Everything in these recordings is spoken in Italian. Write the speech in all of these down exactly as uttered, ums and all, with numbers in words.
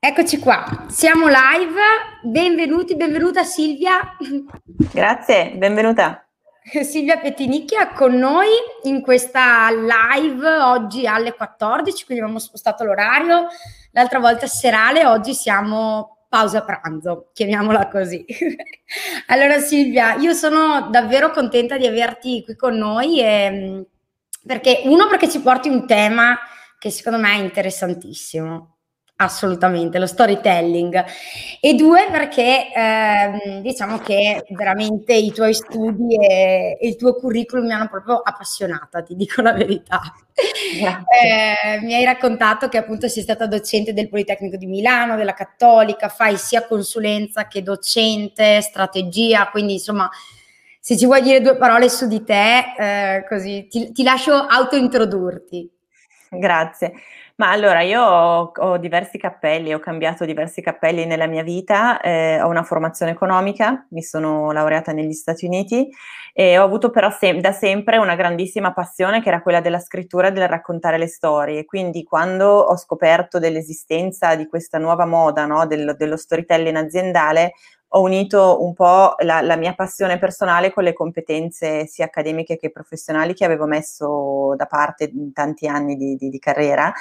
Eccoci qua, siamo live, benvenuti, benvenuta Silvia. Grazie, benvenuta. Silvia Pettinicchia con noi in questa live oggi alle quattordici, quindi abbiamo spostato l'orario, l'altra volta serale, oggi siamo pausa pranzo, chiamiamola così. Allora Silvia, io sono davvero contenta di averti qui con noi, e, perché uno perché ci porti un tema che secondo me è interessantissimo. Assolutamente, lo storytelling. E due, perché ehm, diciamo che veramente i tuoi studi e, e il tuo curriculum mi hanno proprio appassionata, ti dico la verità. Grazie. Eh, mi hai raccontato che appunto sei stata docente del Politecnico di Milano, della Cattolica, fai sia consulenza che docente, strategia, quindi insomma, se ci vuoi dire due parole su di te, eh, così ti, ti lascio autointrodurti. Grazie. Ma allora io ho, ho diversi cappelli, ho cambiato diversi cappelli nella mia vita, eh, ho una formazione economica, mi sono laureata negli Stati Uniti e ho avuto però sem- da sempre una grandissima passione che era quella della scrittura e del raccontare le storie. Quindi quando ho scoperto dell'esistenza di questa nuova moda, no, dello, dello storytelling aziendale, ho unito un po' la, la mia passione personale con le competenze sia accademiche che professionali che avevo messo da parte in tanti anni di, di, di carriera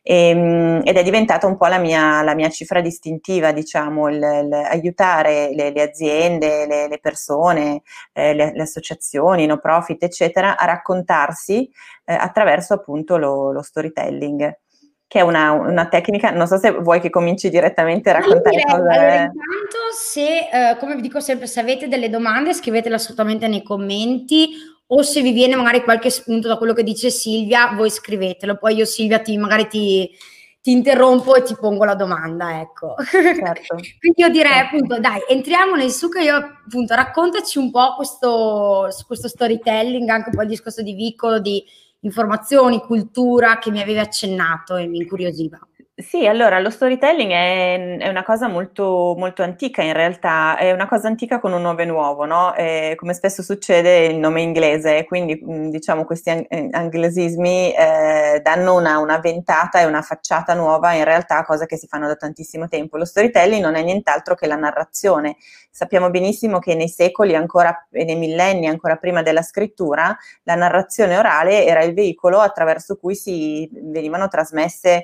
e, ed è diventata un po' la mia, la mia cifra distintiva, diciamo, il, il aiutare le, le aziende, le, le persone, eh, le, le associazioni, no profit, eccetera, a raccontarsi eh, attraverso appunto lo, lo storytelling, che è una, una tecnica, non so se vuoi che cominci direttamente a Ma io raccontare direi, allora cosa. intanto se, eh, come vi dico sempre, se avete delle domande scrivetele assolutamente nei commenti, o se vi viene magari qualche spunto da quello che dice Silvia, voi scrivetelo, poi io Silvia ti, magari ti, ti interrompo e ti pongo la domanda, ecco. Certo, Quindi io direi certo. appunto, dai, entriamo nel succo, io appunto raccontaci un po' questo, questo storytelling, anche un po' il discorso di Vicolo, di informazioni, cultura che mi avevi accennato e mi incuriosiva. Sì, allora lo storytelling è, è una cosa molto, molto antica in realtà, è una cosa antica con un nome nuovo, no? Eh, come spesso succede il nome inglese, quindi mh, diciamo questi ang- eh, anglesismi eh, danno una, una ventata e una facciata nuova in realtà a cose che si fanno da tantissimo tempo. Lo storytelling non è nient'altro che la narrazione. Sappiamo benissimo che nei secoli ancora, e nei millenni ancora prima della scrittura, la narrazione orale era il veicolo attraverso cui si venivano trasmesse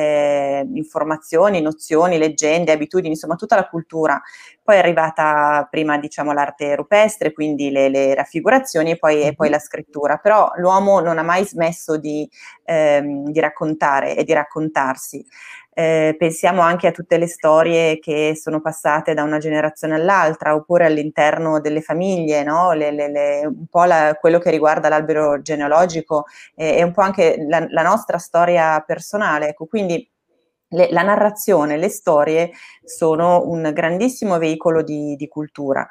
eh, informazioni, nozioni, leggende, abitudini, insomma tutta la cultura. Poi è arrivata prima diciamo l'arte rupestre, quindi le, le raffigurazioni e poi, e poi la scrittura, però l'uomo non ha mai smesso di, ehm, di raccontare e di raccontarsi. Eh, pensiamo anche a tutte le storie che sono passate da una generazione all'altra, oppure all'interno delle famiglie, no? le, le, le, un po' la, quello che riguarda l'albero genealogico eh, e un po' anche la, la nostra storia personale. Ecco, quindi le, la narrazione, le storie sono un grandissimo veicolo di, di cultura.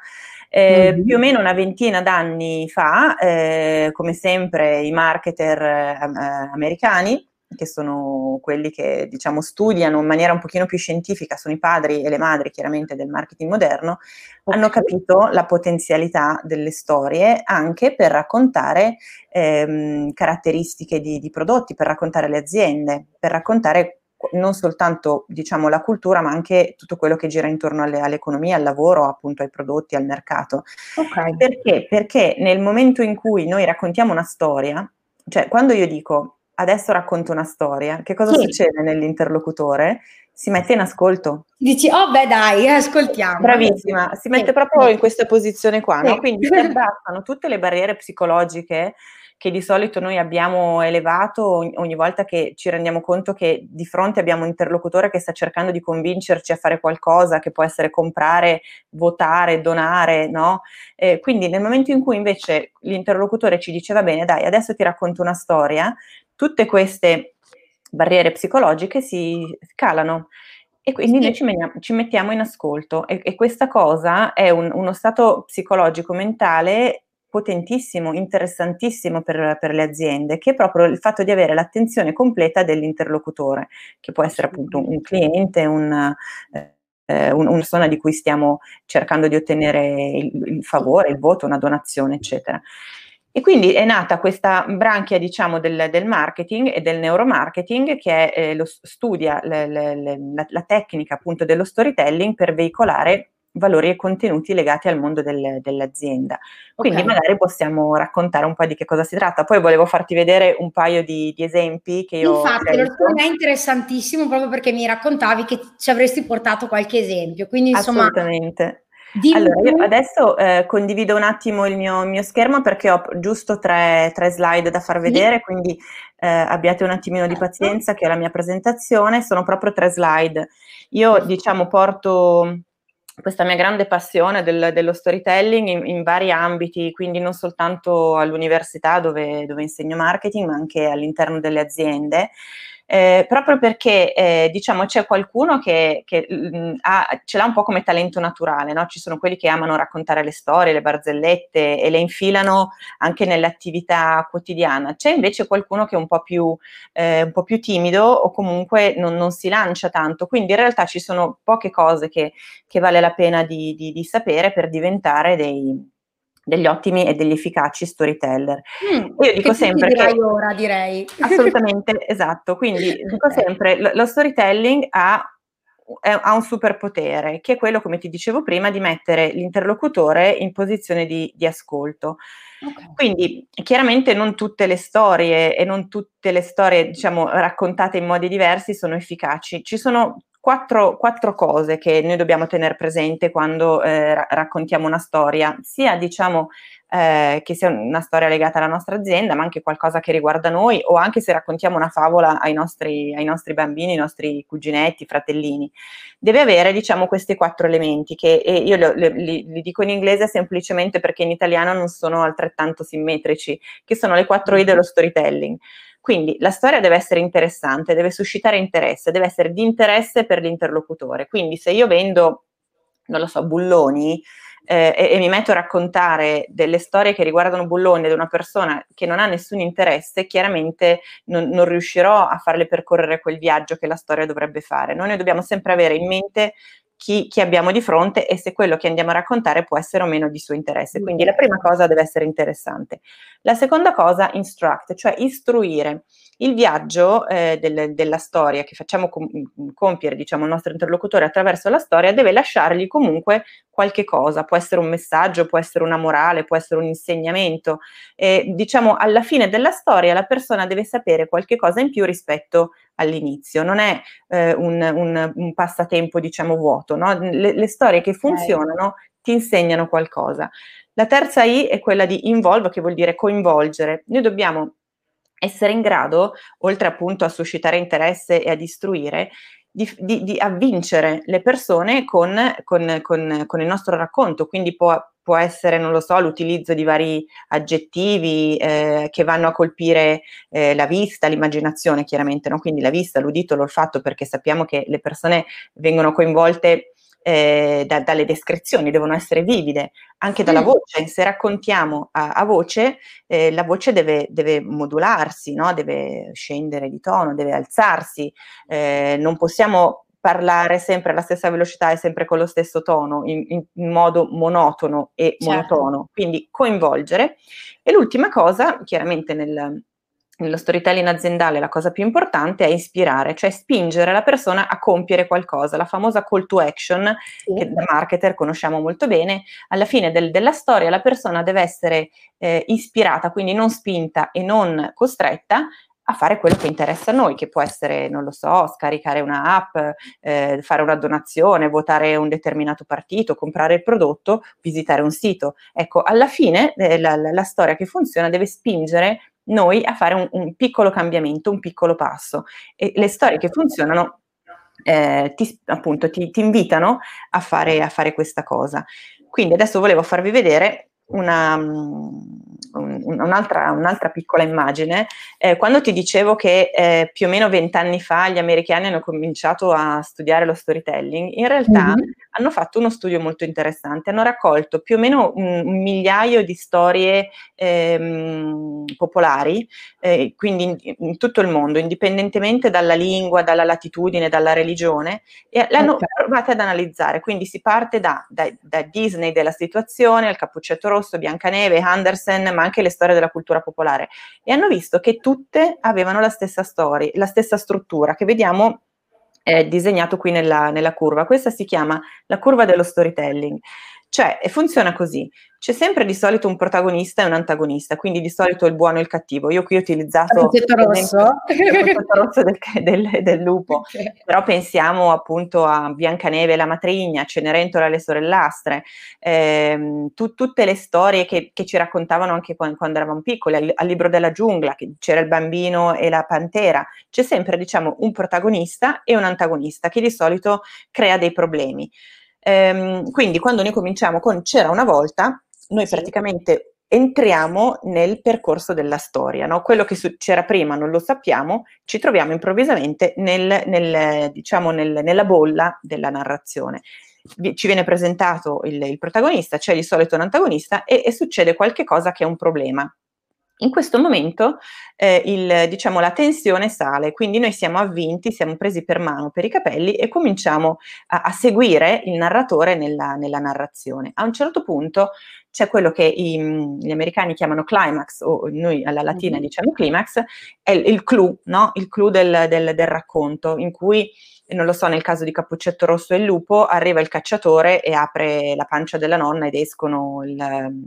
Eh, più o Mhm. meno una ventina d'anni fa, eh, come sempre, i marketer eh, americani, che sono quelli che diciamo studiano in maniera un pochino più scientifica, sono i padri e le madri chiaramente del marketing moderno, Ok. hanno capito la potenzialità delle storie anche per raccontare ehm, caratteristiche di, di prodotti, per raccontare le aziende, per raccontare non soltanto diciamo la cultura, ma anche tutto quello che gira intorno alle, all'economia, al lavoro, appunto ai prodotti, al mercato. Ok. Perché? Perché nel momento in cui noi raccontiamo una storia, cioè quando io dico adesso racconto una storia, che cosa Sì. succede nell'interlocutore? Si mette in ascolto. Dici, oh beh dai, ascoltiamo. Bravissima, si Sì, mette proprio in questa posizione qua, no? sì. Quindi si abbassano tutte le barriere psicologiche che di solito noi abbiamo elevato ogni, ogni volta che ci rendiamo conto che di fronte abbiamo un interlocutore che sta cercando di convincerci a fare qualcosa, che può essere comprare, votare, donare, no? Eh, quindi nel momento in cui invece l'interlocutore ci dice va bene, dai, adesso ti racconto una storia, tutte queste barriere psicologiche si calano. E quindi noi Sì. ci, menia- ci mettiamo in ascolto e, e questa cosa è un- uno stato psicologico mentale potentissimo, interessantissimo per, per le aziende, che è proprio il fatto di avere l'attenzione completa dell'interlocutore, che può essere appunto un Assolutamente. cliente, un, eh, un- una persona di cui stiamo cercando di ottenere il, il favore, il voto, una donazione, eccetera. E quindi è nata questa branchia, diciamo, del, del marketing e del neuromarketing che è, eh, lo, studia le, le, le, la, la tecnica appunto dello storytelling per veicolare valori e contenuti legati al mondo del, dell'azienda. Quindi Okay. magari possiamo raccontare un po' di che cosa si tratta. Poi volevo farti vedere un paio di, di esempi che io ho Infatti, allora per scelto. me è interessantissimo proprio perché mi raccontavi che ci avresti portato qualche esempio, quindi insomma Assolutamente. dimmi Allora, io tu. adesso eh, condivido un attimo il mio, il mio schermo perché ho giusto tre, tre slide da far Sì, vedere, quindi eh, abbiate un attimino di certo. pazienza che è la mia presentazione, sono proprio tre slide. Io Perfetto. diciamo porto questa mia grande passione del- dello storytelling in, in vari ambiti, quindi non soltanto all'università dove, dove insegno marketing, ma anche all'interno delle aziende. Eh, proprio perché eh, diciamo c'è qualcuno che, che mh, ha, ce l'ha un po' come talento naturale, no? Ci sono quelli che amano raccontare le storie, le barzellette e le infilano anche nell'attività quotidiana. C'è invece qualcuno che è un po' più, eh, un po' più timido o comunque non, non si lancia tanto, quindi in realtà ci sono poche cose che, che vale la pena di, di, di sapere per diventare dei, degli ottimi e degli efficaci storyteller. Mh, E io che dico tu ci sempre dirai che ora direi. assolutamente, esatto. Quindi dico Okay, sempre, lo, lo storytelling ha, è- ha un superpotere, che è quello, come ti dicevo prima, di mettere l'interlocutore in posizione di, di ascolto. okay. Quindi chiaramente non tutte le storie e non tutte le storie, diciamo, raccontate in modi diversi sono efficaci. Ci sono quattro, quattro cose che noi dobbiamo tenere presente quando eh, ra- raccontiamo una storia, sia diciamo eh, che sia una storia legata alla nostra azienda, ma anche qualcosa che riguarda noi, o anche se raccontiamo una favola ai nostri, ai nostri bambini, ai nostri cuginetti, fratellini. Deve avere, diciamo, questi quattro elementi, che e io li, li, li dico in inglese semplicemente perché in italiano non sono altrettanto simmetrici, che sono le quattro I dello storytelling. Quindi la storia deve essere interessante, deve suscitare interesse, deve essere di interesse per l'interlocutore. Quindi se io vendo, non lo so, bulloni, eh, e, e mi metto a raccontare delle storie che riguardano bulloni ad una persona che non ha nessun interesse, chiaramente non, non riuscirò a farle percorrere quel viaggio che la storia dovrebbe fare. Noi dobbiamo sempre avere in mente chi, chi abbiamo di fronte e se quello che andiamo a raccontare può essere o meno di suo interesse. Quindi la prima cosa deve essere interessante. La seconda cosa, instruct, cioè istruire. Il viaggio eh, del, della storia che facciamo com- compiere, diciamo, il nostro interlocutore attraverso la storia deve lasciargli comunque qualche cosa, può essere un messaggio, può essere una morale, può essere un insegnamento. E, diciamo, alla fine della storia la persona deve sapere qualche cosa in più rispetto all'inizio, non è eh, un, un, un passatempo, diciamo, vuoto, no? Le, le storie che Okay. funzionano ti insegnano qualcosa. La terza I è quella di involve, che vuol dire coinvolgere. Noi dobbiamo essere in grado, oltre appunto a suscitare interesse e a istruire, di, di, di avvincere le persone con, con, con, con il nostro racconto. Quindi può, può essere, non lo so, l'utilizzo di vari aggettivi eh, che vanno a colpire eh, la vista, l'immaginazione chiaramente, no? Quindi la vista, l'udito, l'olfatto, perché sappiamo che le persone vengono coinvolte eh, da, dalle descrizioni, devono essere vivide, anche dalla Mh, voce. Se raccontiamo a, a voce, eh, la voce deve, deve modularsi, no? Deve scendere di tono, deve alzarsi, eh, non possiamo parlare sempre alla stessa velocità e sempre con lo stesso tono, in, in, in modo monotono e certo. monotono, quindi coinvolgere. E l'ultima cosa, chiaramente nel, nello storytelling aziendale la cosa più importante è ispirare, cioè spingere la persona a compiere qualcosa, la famosa call to action Sì. che da marketer conosciamo molto bene. Alla fine del, della storia la persona deve essere eh, ispirata, quindi non spinta e non costretta a fare quello che interessa a noi, che può essere, non lo so, scaricare una app, eh, fare una donazione, votare un determinato partito, comprare il prodotto, visitare un sito. Ecco, alla fine eh, la, la, la storia che funziona deve spingere noi a fare un, un piccolo cambiamento, un piccolo passo. E le storie che funzionano eh, ti, appunto ti, ti invitano a fare, a fare questa cosa. Quindi adesso volevo farvi vedere una, un, un'altra, un'altra piccola immagine. Eh, quando ti dicevo che eh, più o meno vent'anni fa gli americani hanno cominciato a studiare lo storytelling, in realtà Mh-mh. hanno fatto uno studio molto interessante, hanno raccolto più o meno un, un migliaio di storie ehm, popolari, eh, quindi in, in tutto il mondo, indipendentemente dalla lingua, dalla latitudine, dalla religione, e l'hanno Okay. provate ad analizzare. Quindi si parte da, da, da Disney della situazione, il Cappuccetto Rosso, Biancaneve, Andersen, mainstream, ma anche le storie della cultura popolare, e hanno visto che tutte avevano la stessa storia, la stessa struttura, che vediamo eh, disegnato qui nella, nella curva. Questa si chiama la curva dello storytelling. Cioè, e funziona così: c'è sempre di solito un protagonista e un antagonista, quindi di solito il buono e il cattivo. Io qui ho utilizzato Cappuccetto rosso? il Cappuccetto rosso del, del, del lupo, Okay. però pensiamo appunto a Biancaneve e la matrigna, Cenerentola e le sorellastre, ehm, tu, tutte le storie che, che ci raccontavano anche quando, quando eravamo piccoli, al, al Libro della giungla, che c'era il bambino e la pantera. C'è sempre, diciamo, un protagonista e un antagonista che di solito crea dei problemi. Ehm, quindi quando noi cominciamo con C'era una volta, noi Sì. praticamente entriamo nel percorso della storia, no? Quello che su- c'era prima non lo sappiamo, ci troviamo improvvisamente nel, nel, diciamo nel, nella bolla della narrazione. Vi- ci viene presentato il, il protagonista, c'è di solito un antagonista e, e succede qualche cosa che è un problema. In questo momento eh, il, diciamo, la tensione sale, quindi noi siamo avvinti, siamo presi per mano, per i capelli, e cominciamo a, a seguire il narratore nella, nella narrazione. A un certo punto c'è quello che i, gli americani chiamano climax, o noi alla latina Mm-hmm. diciamo climax, è il, il clou, no? Il clou del, del, del racconto, in cui, non lo so, nel caso di Cappuccetto rosso e il lupo, arriva il cacciatore e apre la pancia della nonna ed escono il,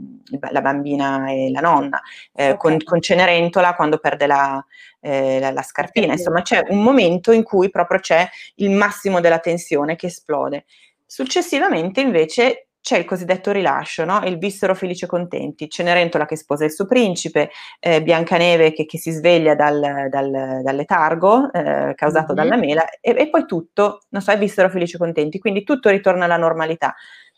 la bambina e la nonna. Eh, Okay. con, con Cenerentola quando perde la, eh, la, la scarpina. La Insomma, c'è un momento in cui proprio c'è il massimo della tensione che esplode. Successivamente invece c'è il cosiddetto rilascio, no? Il vissero felici e contenti, Cenerentola che sposa il suo principe, eh, Biancaneve che, che si sveglia dal, dal, dal letargo eh, causato Mm-hmm. dalla mela, e, e poi tutto, non so, vissero felici e contenti, quindi tutto ritorna alla normalità.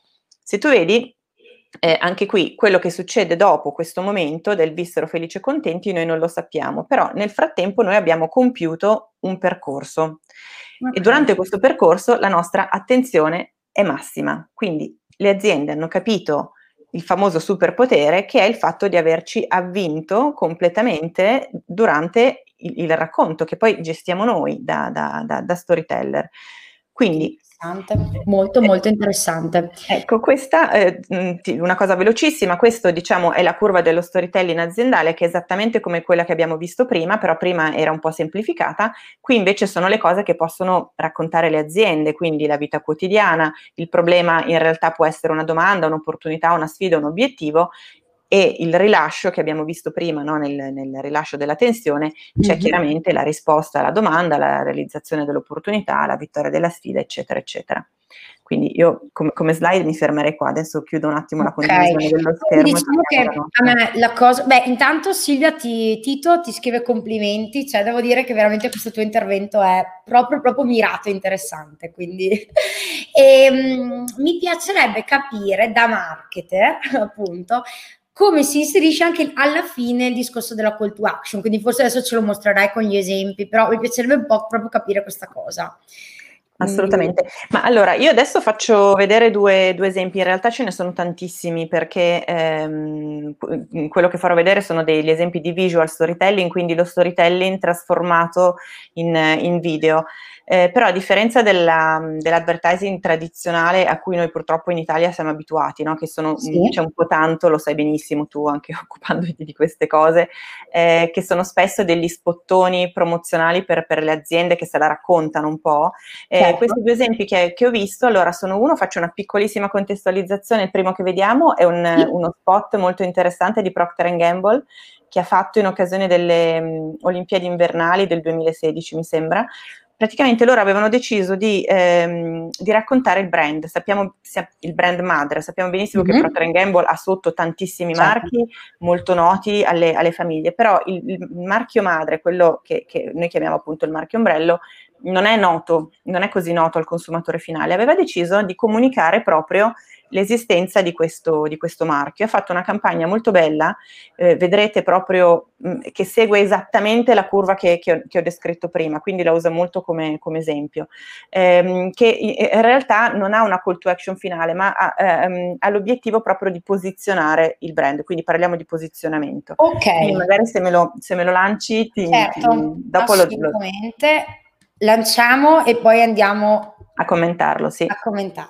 Se tu vedi, eh, anche qui quello che succede dopo questo momento del vissero felici e contenti noi non lo sappiamo, però nel frattempo noi abbiamo compiuto un percorso e Okay. durante questo percorso la nostra attenzione è massima, quindi le aziende hanno capito il famoso superpotere, che è il fatto di averci avvinto completamente durante il, il racconto, che poi gestiamo noi da, da, da, da storyteller. Quindi Interessante, molto, eh, molto interessante. ecco, questa è eh, una cosa velocissima. Questo, diciamo, è la curva dello storytelling aziendale, che è esattamente come quella che abbiamo visto prima, però prima era un po' semplificata. Qui invece sono le cose che possono raccontare le aziende, quindi la vita quotidiana, il problema in realtà può essere una domanda, un'opportunità, una sfida, un obiettivo, e il rilascio che abbiamo visto prima, no? nel, nel rilascio della tensione c'è Mm-hmm. chiaramente la risposta alla domanda, la realizzazione dell'opportunità, la vittoria della sfida, eccetera, eccetera. Quindi io come, come slide mi fermerei qua, adesso chiudo un attimo la condivisione Ok, dello quindi schermo. diciamo che a me la cosa, beh, intanto Silvia ti, Tito ti scrive complimenti, cioè devo dire che veramente questo tuo intervento è proprio, proprio mirato e interessante, quindi e, um, mi piacerebbe capire da marketer, appunto, come si inserisce anche alla fine il discorso della call to action, quindi forse adesso ce lo mostrerai con gli esempi, però mi piacerebbe un po' proprio capire questa cosa. Assolutamente, ma allora io adesso faccio vedere due, due esempi, in realtà ce ne sono tantissimi, perché ehm, quello che farò vedere sono degli esempi di visual storytelling, quindi lo storytelling trasformato in, in video. Eh, però a differenza della, dell'advertising tradizionale a cui noi purtroppo in Italia siamo abituati, no? Che sono, Sì. c'è un po' tanto, lo sai benissimo tu anche occupandoti di queste cose, eh, che sono spesso degli spottoni promozionali per, per le aziende che se la raccontano un po'. Eh, Certo. Questi due esempi che, che ho visto, allora sono uno, faccio una piccolissima contestualizzazione, il primo che vediamo è un, Sì. uno spot molto interessante di Procter and Gamble, che ha fatto in occasione delle um, Olimpiadi invernali del duemilasedici, mi sembra. Praticamente loro avevano deciso di, ehm, di raccontare il brand, sappiamo il brand madre, sappiamo benissimo Mm-hmm. che Procter and Gamble ha sotto tantissimi Certo. marchi molto noti alle, alle famiglie, però il, il marchio madre, quello che, che noi chiamiamo appunto il marchio ombrello, non è noto, non è così noto al consumatore finale. Aveva deciso di comunicare proprio l'esistenza di questo, di questo marchio. Ha fatto una campagna molto bella, eh, vedrete proprio mh, che segue esattamente la curva che, che, ho, che ho descritto prima, quindi la usa molto come, come esempio, ehm, che in realtà non ha una call to action finale, ma ha, ehm, ha l'obiettivo proprio di posizionare il brand, quindi parliamo di posizionamento. Ok. Quindi magari se me lo, se me lo lanci, ti, Certo, ti, dopo lo, lo, assolutamente. Lanciamo e poi andiamo a commentarlo, sì. a commentarlo.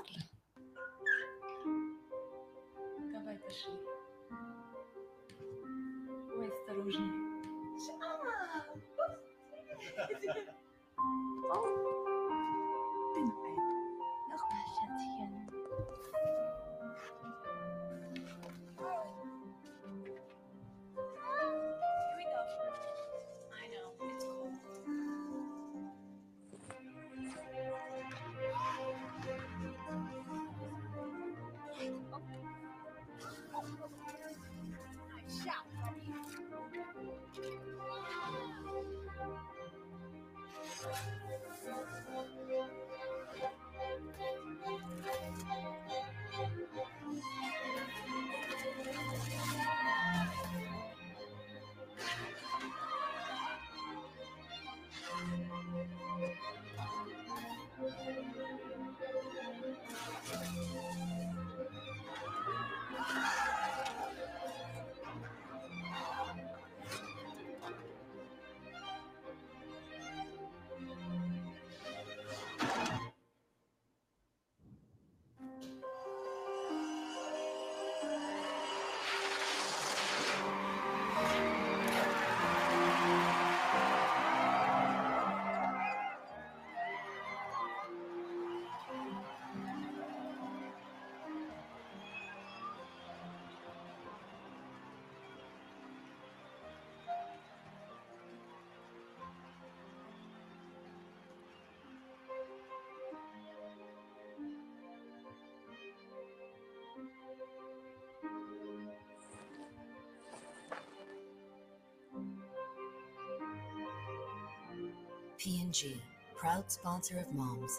P and G, proud sponsor of Moms.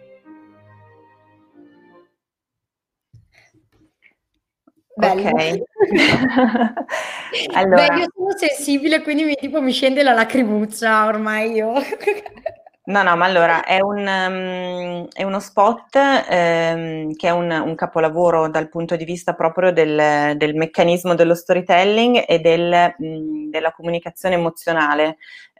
Bello. Ok. Allora. Beh, io sono sensibile, quindi mi, tipo, mi scende la lacrimuccia ormai io. No, no, ma allora è, un, um, è uno spot um, che è un, un capolavoro dal punto di vista proprio del, del meccanismo dello storytelling e del, mh, della comunicazione emozionale.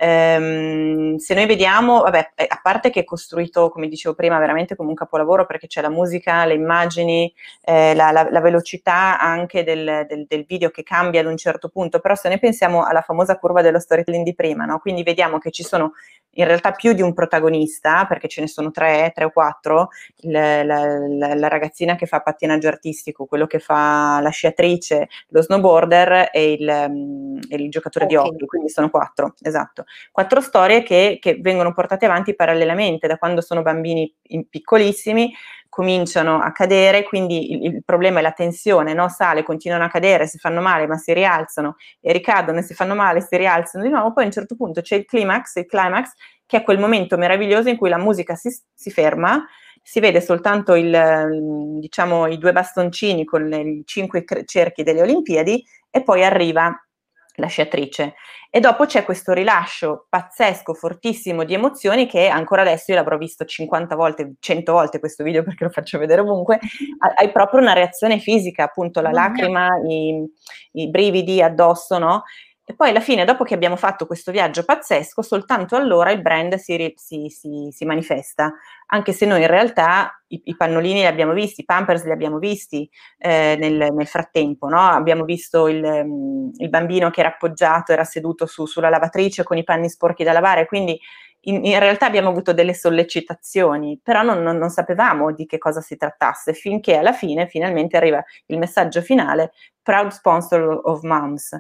Um, se noi vediamo, vabbè, a parte che è costruito, come dicevo prima, veramente come un capolavoro, perché c'è la musica, le immagini, eh, la, la, la velocità anche del, del, del video che cambia ad un certo punto, però se noi pensiamo alla famosa curva dello storytelling di prima, no? Quindi vediamo che ci sono in realtà più di un protagonista, perché ce ne sono tre, tre o quattro, il, la, la, la ragazzina che fa pattinaggio artistico, quello che fa la sciatrice, lo snowboarder e il, um, il giocatore okay. di hockey, quindi sono quattro, esatto. Quattro storie che, che vengono portate avanti parallelamente, da quando sono bambini piccolissimi, cominciano a cadere, quindi il, il problema è la tensione, no? Sale, continuano a cadere, si fanno male, ma si rialzano e ricadono e si fanno male, si rialzano di nuovo, poi a un certo punto c'è il climax, il climax, che è quel momento meraviglioso in cui la musica si, si ferma, si vede soltanto il, diciamo, i due bastoncini con le, i cinque cerchi delle Olimpiadi e poi arriva la sciatrice. E dopo c'è questo rilascio pazzesco, fortissimo di emozioni che ancora adesso io l'avrò visto cinquanta volte, cento volte questo video perché lo faccio vedere ovunque, hai proprio una reazione fisica, appunto la lacrima, i, i brividi addosso, no? E poi alla fine, dopo che abbiamo fatto questo viaggio pazzesco, soltanto allora il brand si, si, si, si manifesta, anche se noi in realtà i, i pannolini li abbiamo visti, i Pampers li abbiamo visti eh, nel, nel frattempo, no? Abbiamo visto il, il bambino che era appoggiato, era seduto su, sulla lavatrice con i panni sporchi da lavare, quindi in, in realtà abbiamo avuto delle sollecitazioni, però non, non, non sapevamo di che cosa si trattasse, finché alla fine finalmente arriva il messaggio finale, proud sponsor of moms.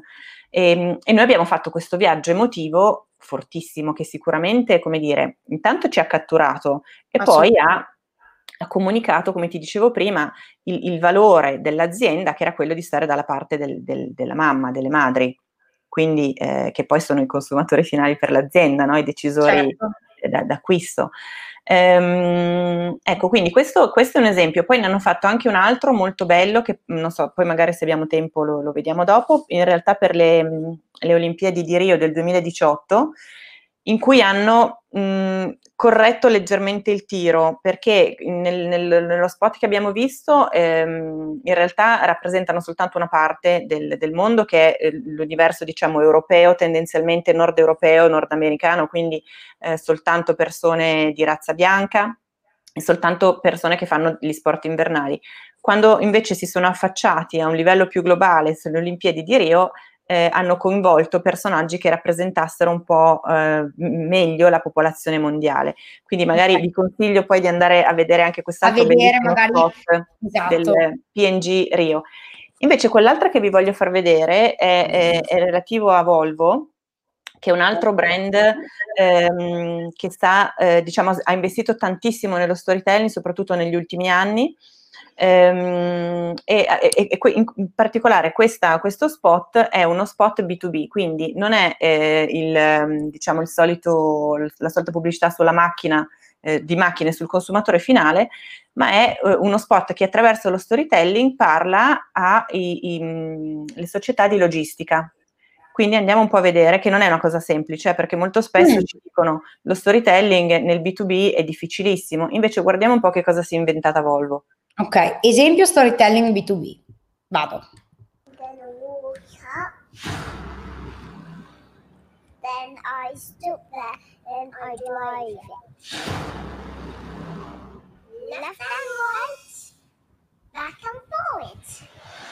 E, e noi abbiamo fatto questo viaggio emotivo fortissimo che sicuramente, come dire, intanto ci ha catturato e poi ha, ha comunicato, come ti dicevo prima, il, il valore dell'azienda, che era quello di stare dalla parte del, del, della mamma, delle madri, quindi eh, che poi sono i consumatori finali per l'azienda, no? I decisori certo. d'acquisto. Ehm, ecco, quindi questo, questo è un esempio. Poi ne hanno fatto anche un altro molto bello che non so, poi magari se abbiamo tempo lo, lo vediamo dopo, in realtà per le, le Olimpiadi di Rio del duemiladiciotto, in cui hanno mh, corretto leggermente il tiro, perché nel, nel, nello spot che abbiamo visto ehm, in realtà rappresentano soltanto una parte del, del mondo, che è l'universo, diciamo, europeo, tendenzialmente nord europeo, nordamericano, quindi eh, soltanto persone di razza bianca e soltanto persone che fanno gli sport invernali. Quando invece si sono affacciati a un livello più globale sulle Olimpiadi di Rio, eh, hanno coinvolto personaggi che rappresentassero un po' eh, meglio la popolazione mondiale. Quindi magari Okay. vi consiglio poi di andare a vedere anche A quest'altro vedere bellissimo magari spot esatto. del P and G Rio. Invece quell'altra che vi voglio far vedere è, è, è relativo a Volvo, che è un altro brand ehm, che sta, eh, diciamo, ha investito tantissimo nello storytelling, soprattutto negli ultimi anni. Ehm, e, e, e in, in particolare questa, questo spot è uno spot B due B, quindi non è eh, il, diciamo, il solito, la solita pubblicità sulla macchina, eh, di macchine sul consumatore finale, ma è eh, uno spot che attraverso lo storytelling parla alle società di logistica. Quindi andiamo un po' a vedere, che non è una cosa semplice, perché molto spesso Mm. ci dicono lo storytelling nel B due B è difficilissimo, invece guardiamo un po' che cosa si è inventata Volvo. Ok, esempio storytelling B due B. Vado. Then I stood there and I drive it. Left and right, back and forward.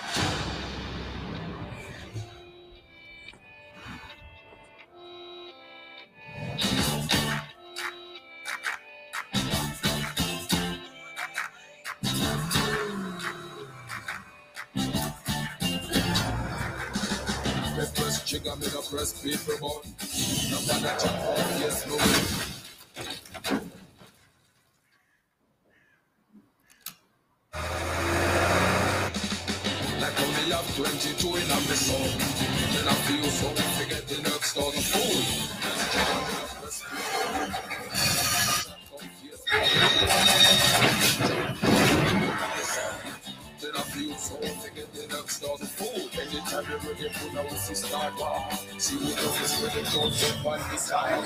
Trigger me the press people button. No matter chat on yes no. Like only have twenty-two in my soul. Then I feel so forget the nerve start to fool. Then I feel so forget the nerve start to fool. Anytime you're ready for now, see start wow. See what goes with the thoughts of one desire.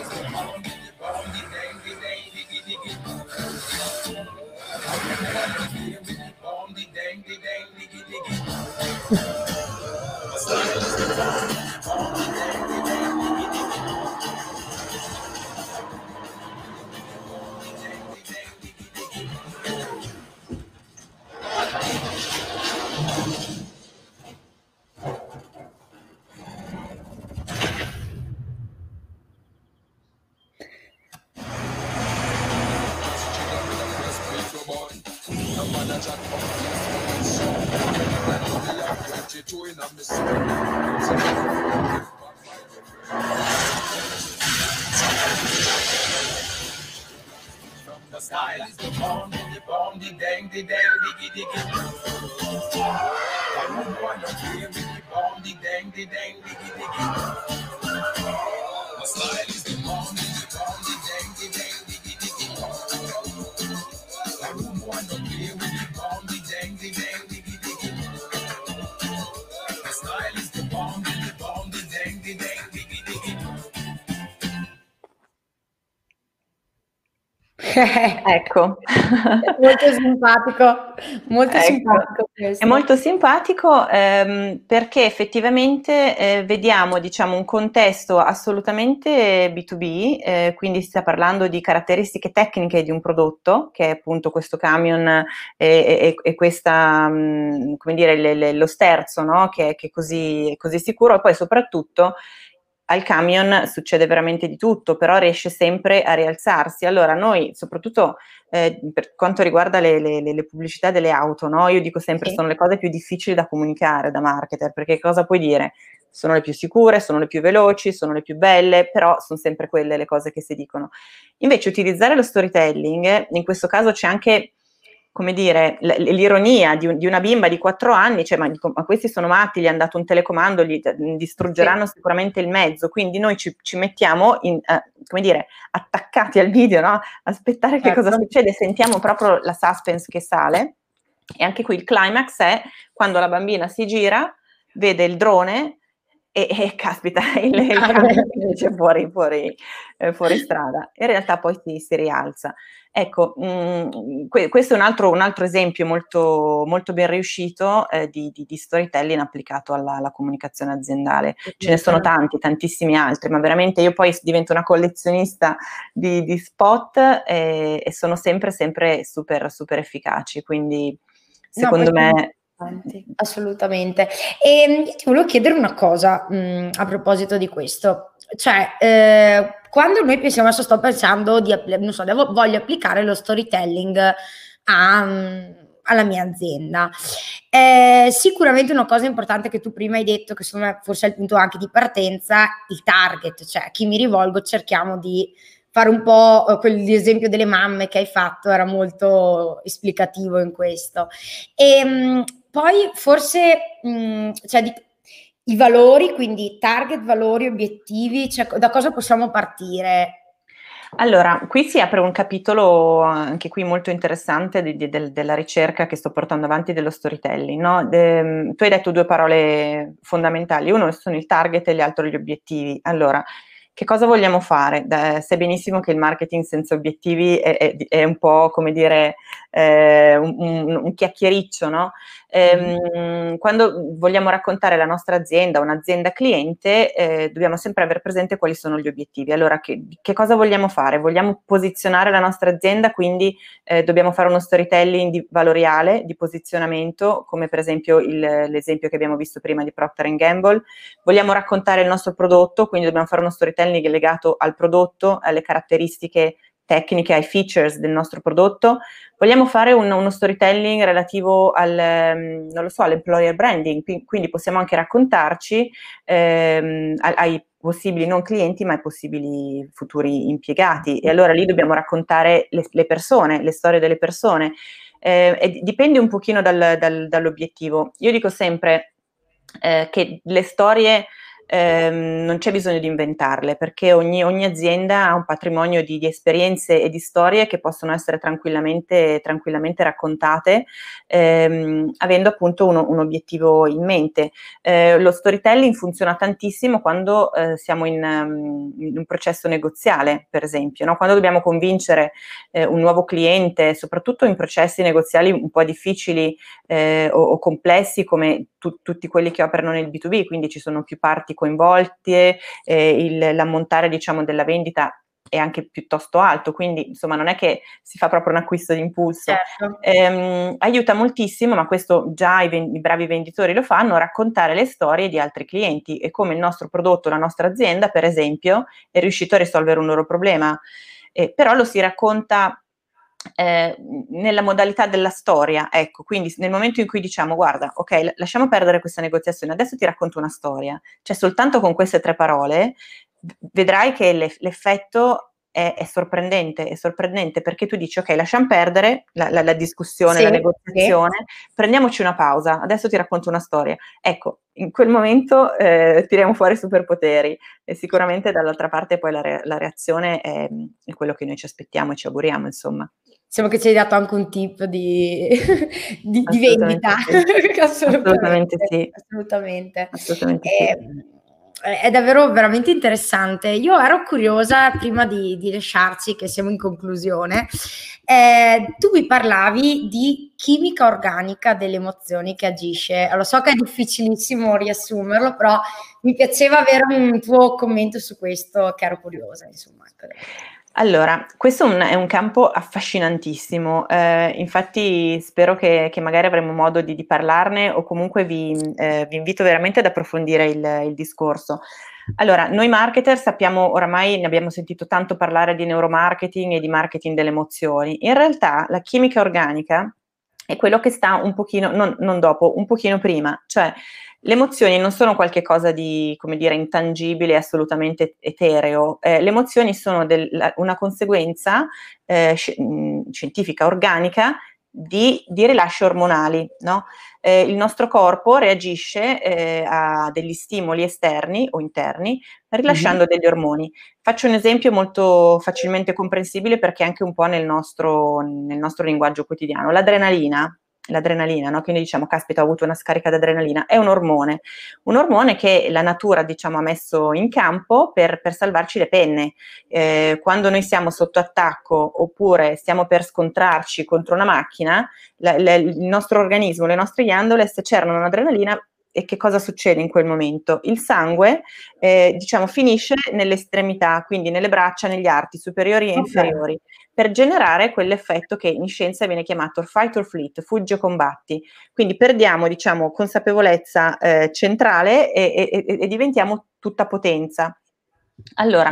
The style is the bomb, the bomb, the dang, the dang, diggy, diggy. I don't want to hear me, the bomb, the dang, the dang, diggy, diggy. The style is the bomb, the bomb, the dang, the dang, diggy, diggy. I don't want to hear me, the bomb, the dang, the dang, diggy, diggy. The style is the bomb, the bomb, the dang, the dang, diggy, diggy. Ecco. Molto simpatico, molto Ecco. simpatico questo. È molto simpatico ehm, perché effettivamente eh, vediamo, diciamo, un contesto assolutamente B due B, eh, quindi si sta parlando di caratteristiche tecniche di un prodotto, che è appunto questo camion e, e, e questa, mh, come dire, le, le, lo sterzo, no? Che, che è così, è così sicuro, e poi soprattutto al camion succede veramente di tutto, però riesce sempre a rialzarsi. Allora noi, soprattutto eh, per quanto riguarda le, le, le pubblicità delle auto, no? Io dico sempre Sì. sono le cose più difficili da comunicare da marketer, perché cosa puoi dire? Sono le più sicure, sono le più veloci, sono le più belle, però sono sempre quelle le cose che si dicono. Invece utilizzare lo storytelling, in questo caso c'è anche, come dire, l'ironia di, un, di una bimba di quattro anni, cioè ma, ma questi sono matti, gli hanno dato un telecomando, gli distruggeranno sì. sicuramente il mezzo, quindi noi ci, ci mettiamo, in, eh, come dire, attaccati al video, no? Aspettare che Certo. cosa succede, sentiamo proprio la suspense che sale, e anche qui il climax è quando la bambina si gira, vede il drone, e, e caspita, il, il camion invece fuori, fuori, eh, fuori strada. In realtà poi si, si rialza. Ecco, mh, que- questo è un altro, un altro esempio molto, molto ben riuscito eh, di, di, di storytelling applicato alla, alla comunicazione aziendale. Ce ne sono tanti, tantissimi altri, ma veramente io poi divento una collezionista di, di spot e, e sono sempre, sempre super, super efficaci. Quindi secondo no, me... Assolutamente. E io ti volevo chiedere una cosa mh, a proposito di questo, cioè eh, quando noi pensiamo, adesso sto pensando di, non so, devo, voglio applicare lo storytelling a, mh, alla mia azienda. Eh, sicuramente una cosa importante che tu prima hai detto, che secondo me forse è il punto anche di partenza, il target, cioè a chi mi rivolgo, cerchiamo di fare un po' eh, quell'esempio delle mamme che hai fatto, era molto esplicativo in questo. E mh, poi forse mh, cioè, di, i valori, quindi target, valori, obiettivi, cioè, da cosa possiamo partire? Allora, qui si apre un capitolo anche qui molto interessante di, di, del, della ricerca che sto portando avanti dello storytelling, no? De, tu hai detto due parole fondamentali, uno sono il target e l'altro gli obiettivi. Allora, che cosa vogliamo fare? Da, sai benissimo che il marketing senza obiettivi è, è, è un po', come dire, eh, un, un, un chiacchiericcio, no? Ehm, quando vogliamo raccontare la nostra azienda, un'azienda cliente, eh, dobbiamo sempre aver presente quali sono gli obiettivi. Allora, che, che cosa vogliamo fare? Vogliamo posizionare la nostra azienda, quindi eh, dobbiamo fare uno storytelling di, valoriale, di posizionamento, come per esempio il, l'esempio che abbiamo visto prima di Procter and Gamble. Vogliamo raccontare il nostro prodotto, quindi dobbiamo fare uno storytelling legato al prodotto, alle caratteristiche tecniche, ai features del nostro prodotto. Vogliamo fare un, uno storytelling relativo al, non lo so, all'employer branding, quindi possiamo anche raccontarci ehm, ai possibili non clienti, ma ai possibili futuri impiegati. E allora lì dobbiamo raccontare le, le persone, le storie delle persone. Eh, e dipende un pochino dal, dal, dall'obiettivo. Io dico sempre eh, che le storie ehm, non c'è bisogno di inventarle, perché ogni, ogni azienda ha un patrimonio di, di esperienze e di storie che possono essere tranquillamente, tranquillamente raccontate, ehm, avendo appunto uno, un obiettivo in mente. Eh, lo storytelling funziona tantissimo quando eh, siamo in, um, in un processo negoziale, per esempio, no? Quando dobbiamo convincere eh, un nuovo cliente, soprattutto in processi negoziali un po' difficili eh, o, o complessi come tu, tutti quelli che operano nel B due B, quindi ci sono più parti coinvolte, eh, il, l'ammontare diciamo della vendita è anche piuttosto alto, quindi insomma non è che si fa proprio un acquisto d'impulso. Certo. Ehm, aiuta moltissimo, ma questo già i, ven- i bravi venditori lo fanno, raccontare le storie di altri clienti e come il nostro prodotto, la nostra azienda per esempio è riuscito a risolvere un loro problema, eh, però lo si racconta Eh, nella modalità della storia, ecco, quindi nel momento in cui diciamo guarda, ok, lasciamo perdere questa negoziazione, adesso ti racconto una storia, cioè soltanto con queste tre parole vedrai che l'effetto è, è sorprendente, è sorprendente perché tu dici ok, lasciamo perdere la, la, la discussione, Sì, la negoziazione, sì. prendiamoci una pausa, adesso ti racconto una storia. Ecco, in quel momento eh, tiriamo fuori superpoteri e sicuramente dall'altra parte poi la, re- la reazione è, è quello che noi ci aspettiamo e ci auguriamo, insomma. Sembra che ci hai dato anche un tip di, di, di Assolutamente vendita. sì. Assolutamente Assolutamente, sì. assolutamente. Assolutamente sì. Eh, è davvero veramente interessante. Io ero curiosa prima di, di lasciarci, che siamo in conclusione. Eh, tu mi parlavi di chimica organica delle emozioni che agisce. Lo so che è difficilissimo riassumerlo, però mi piaceva avere un tuo commento su questo, che ero curiosa, insomma. Allora, questo è un, è un campo affascinantissimo, eh, infatti spero che, che magari avremo modo di, di parlarne o comunque vi, eh, vi invito veramente ad approfondire il, il discorso. Allora, noi marketer sappiamo, oramai ne abbiamo sentito tanto parlare di neuromarketing e di marketing delle emozioni. In realtà la chimica organica è quello che sta un pochino, non, non dopo, un pochino prima, cioè le emozioni non sono qualche cosa di, come dire, intangibile, assolutamente etereo. Eh, le emozioni sono del, la, una conseguenza eh, sci- mh, scientifica, organica, di, di rilasci ormonali, no? Eh, il nostro corpo reagisce eh, a degli stimoli esterni o interni rilasciando mm-hmm. degli ormoni. Faccio un esempio molto facilmente comprensibile perché è anche un po' nel nostro, nel nostro linguaggio quotidiano. L'adrenalina, l'adrenalina, no? Quindi diciamo, caspita, ho avuto una scarica di adrenalina, è un ormone, un ormone che la natura, diciamo, ha messo in campo per, per salvarci le penne. Eh, quando noi siamo sotto attacco oppure stiamo per scontrarci contro una macchina, la, la, il nostro organismo, le nostre ghiandole secerano un'adrenalina e che cosa succede in quel momento? Il sangue, eh, diciamo, finisce nelle estremità, quindi nelle braccia, negli arti superiori e Ok. inferiori, per generare quell'effetto che in scienza viene chiamato fight or flight, fuggi o combatti. Quindi perdiamo, diciamo, consapevolezza eh, centrale e, e, e diventiamo tutta potenza. Allora,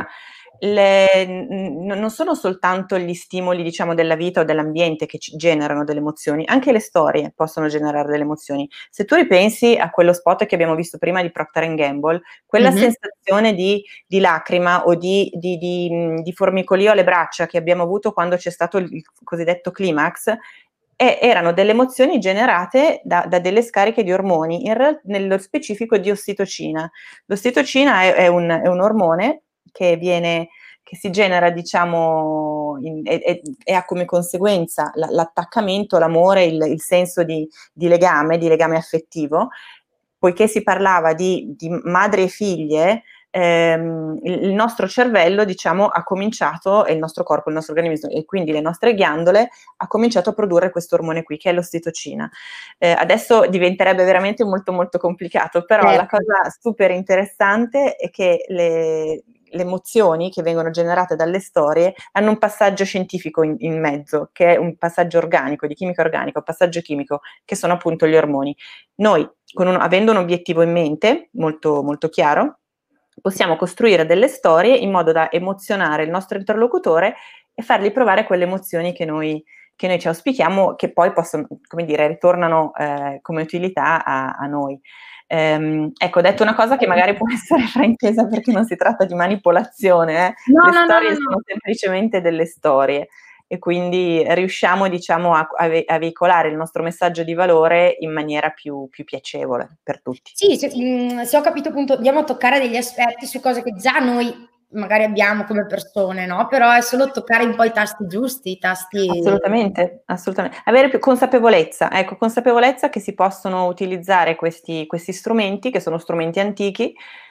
le, n- non sono soltanto gli stimoli, diciamo, della vita o dell'ambiente che ci generano delle emozioni, anche le storie possono generare delle emozioni. Se tu ripensi a quello spot che abbiamo visto prima di Procter and Gamble, quella Mhm. sensazione di, di lacrima o di, di, di, mh, di formicolio alle braccia che abbiamo avuto quando c'è stato il, il cosiddetto climax, e erano delle emozioni generate da, da delle scariche di ormoni, in real- nello specifico di ossitocina. L'ossitocina è, è un, è un ormone che viene, che si genera, diciamo, in, e, e, e ha come conseguenza la, l'attaccamento, l'amore, il, il senso di, di legame, di legame affettivo. Poiché si parlava di, di madri e figlie, ehm, il, il nostro cervello, diciamo, ha cominciato, e il nostro corpo, il nostro organismo, e quindi le nostre ghiandole, ha cominciato a produrre questo ormone qui, che è l'ossitocina. Eh, adesso diventerebbe veramente molto molto complicato, però la Certo. cosa super interessante è che le, le emozioni che vengono generate dalle storie hanno un passaggio scientifico in, in mezzo, che è un passaggio organico, di chimica organica, un passaggio chimico, che sono appunto gli ormoni. Noi, con un, avendo un obiettivo in mente molto, molto chiaro, possiamo costruire delle storie in modo da emozionare il nostro interlocutore e fargli provare quelle emozioni che noi, che noi ci auspichiamo, che poi possono, come dire, ritornano eh, come utilità a, a noi. Ehm, ecco, ho detto una cosa che magari può essere fraintesa perché non si tratta di manipolazione, eh. No, Le no, no, no, storie no. sono semplicemente delle storie e quindi riusciamo, diciamo, a, a, ve- a veicolare il nostro messaggio di valore in maniera più, più piacevole per tutti. Sì, se, mh, se ho capito appunto, andiamo a toccare degli aspetti su cose che già noi magari abbiamo come persone, no? Però è solo toccare un po' i tasti giusti, i tasti... Assolutamente, assolutamente. Avere più consapevolezza, ecco, consapevolezza che si possono utilizzare questi, questi strumenti, che sono strumenti antichi,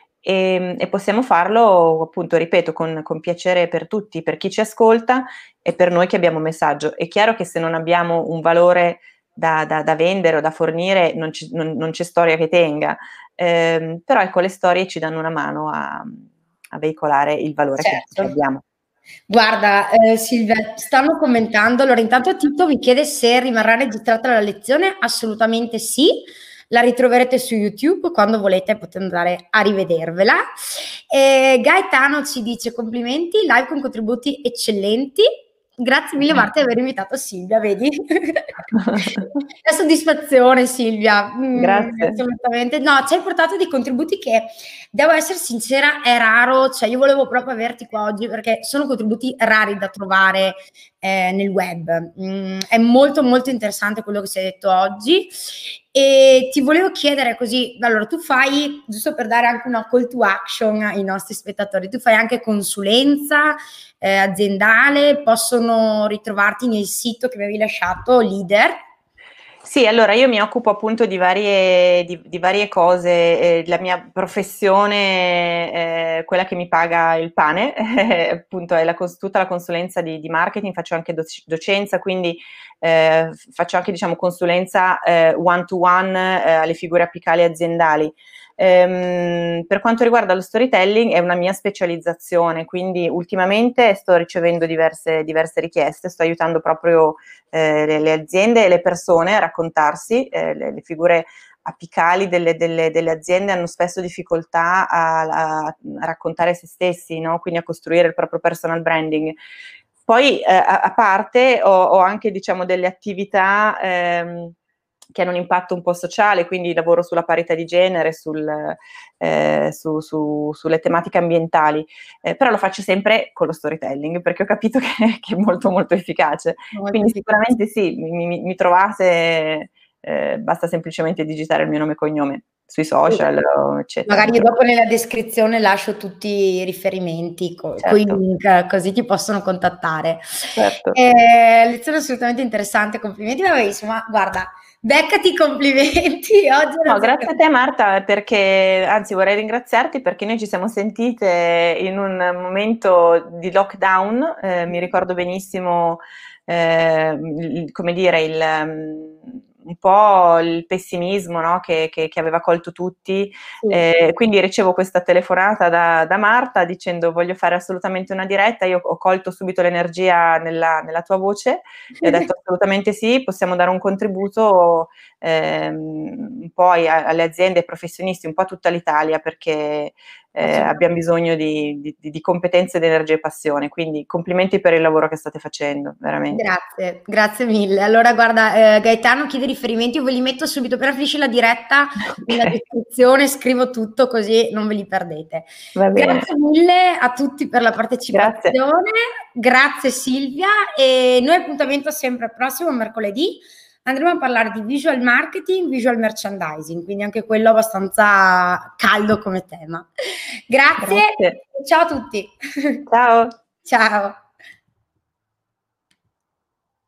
e, e possiamo farlo, appunto, ripeto, con, con piacere per tutti, per chi ci ascolta e per noi che abbiamo un messaggio. È chiaro che se non abbiamo un valore da, da, da vendere o da fornire, non, ci, non, non c'è storia che tenga, Ehm, però ecco, le storie ci danno una mano a, a veicolare il valore che, che Certo. abbiamo. Guarda, eh, Silvia, stanno commentando. Allora, intanto Tito mi chiede se rimarrà registrata la lezione. Assolutamente sì. La ritroverete su YouTube quando volete, potete andare a rivedervela. E Gaetano ci dice complimenti, live con contributi eccellenti. Grazie mille Marta di aver invitato Silvia, vedi? La soddisfazione, Silvia. Mm, Grazie. assolutamente. No, ci hai portato dei contributi che, devo essere sincera, è raro. Cioè, io volevo proprio averti qua oggi perché sono contributi rari da trovare eh, nel web. Mm, è molto, molto interessante quello che si è detto oggi. E ti volevo chiedere così, allora tu fai, giusto per dare anche una call to action ai nostri spettatori, tu fai anche consulenza eh, aziendale, possono ritrovarti nel sito che mi avevi lasciato, Leader. Sì, allora io mi occupo appunto di varie, di, di varie cose, eh, la mia professione, eh, quella che mi paga il pane, eh, appunto è la, cons- tutta la consulenza di, di marketing, faccio anche doc- docenza, quindi eh, faccio anche, diciamo, consulenza eh, one to one eh, alle figure apicali aziendali. Ehm, per quanto riguarda lo storytelling è una mia specializzazione, quindi ultimamente sto ricevendo diverse, diverse richieste, sto aiutando proprio eh, le, le aziende e le persone a raccontarsi, eh, le, le figure apicali delle, delle, delle aziende hanno spesso difficoltà a, a, a raccontare se stessi, no? Quindi a costruire il proprio personal branding. Poi eh, a, a parte ho, ho anche, diciamo, delle attività ehm, che hanno un impatto un po' sociale, quindi lavoro sulla parità di genere, sul, eh, su, su, sulle tematiche ambientali, eh, però lo faccio sempre con lo storytelling perché ho capito che, che è molto molto efficace. Molto Quindi efficace. sicuramente sì, mi, mi, mi trovate, eh, basta semplicemente digitare il mio nome e cognome sui social, eccetera. Magari io dopo nella descrizione lascio tutti i riferimenti con Certo. i link, così ti possono contattare. Certo. Eh, lezione assolutamente interessante, complimenti, ma insomma, guarda, beccati i complimenti. Oggi No, grazie a te Marta, perché anzi vorrei ringraziarti perché noi ci siamo sentite in un momento di lockdown, eh, mi ricordo benissimo, eh, il- come dire, il, um, un po' il pessimismo, no, che, che, che aveva colto tutti, Sì. eh, quindi ricevo questa telefonata da, da Marta dicendo voglio fare assolutamente una diretta, io ho colto subito l'energia nella, nella tua voce e ho detto assolutamente sì, possiamo dare un contributo ehm, poi alle aziende, ai professionisti, un po' a tutta l'Italia, perché eh, abbiamo bisogno di, di, di competenze, di energia e passione, quindi complimenti per il lavoro che state facendo, veramente. Grazie, grazie mille. Allora guarda, eh, Gaetano chiede riferimenti, io ve li metto subito, appena finisce la diretta, Okay. nella descrizione scrivo tutto così non ve li perdete. Va bene. Grazie mille a tutti per la partecipazione, grazie Silvia, e noi appuntamento sempre al prossimo mercoledì. Andremo a parlare di visual marketing, visual merchandising, quindi anche quello abbastanza caldo come tema. Grazie, Grazie. ciao a tutti. Ciao. Ciao.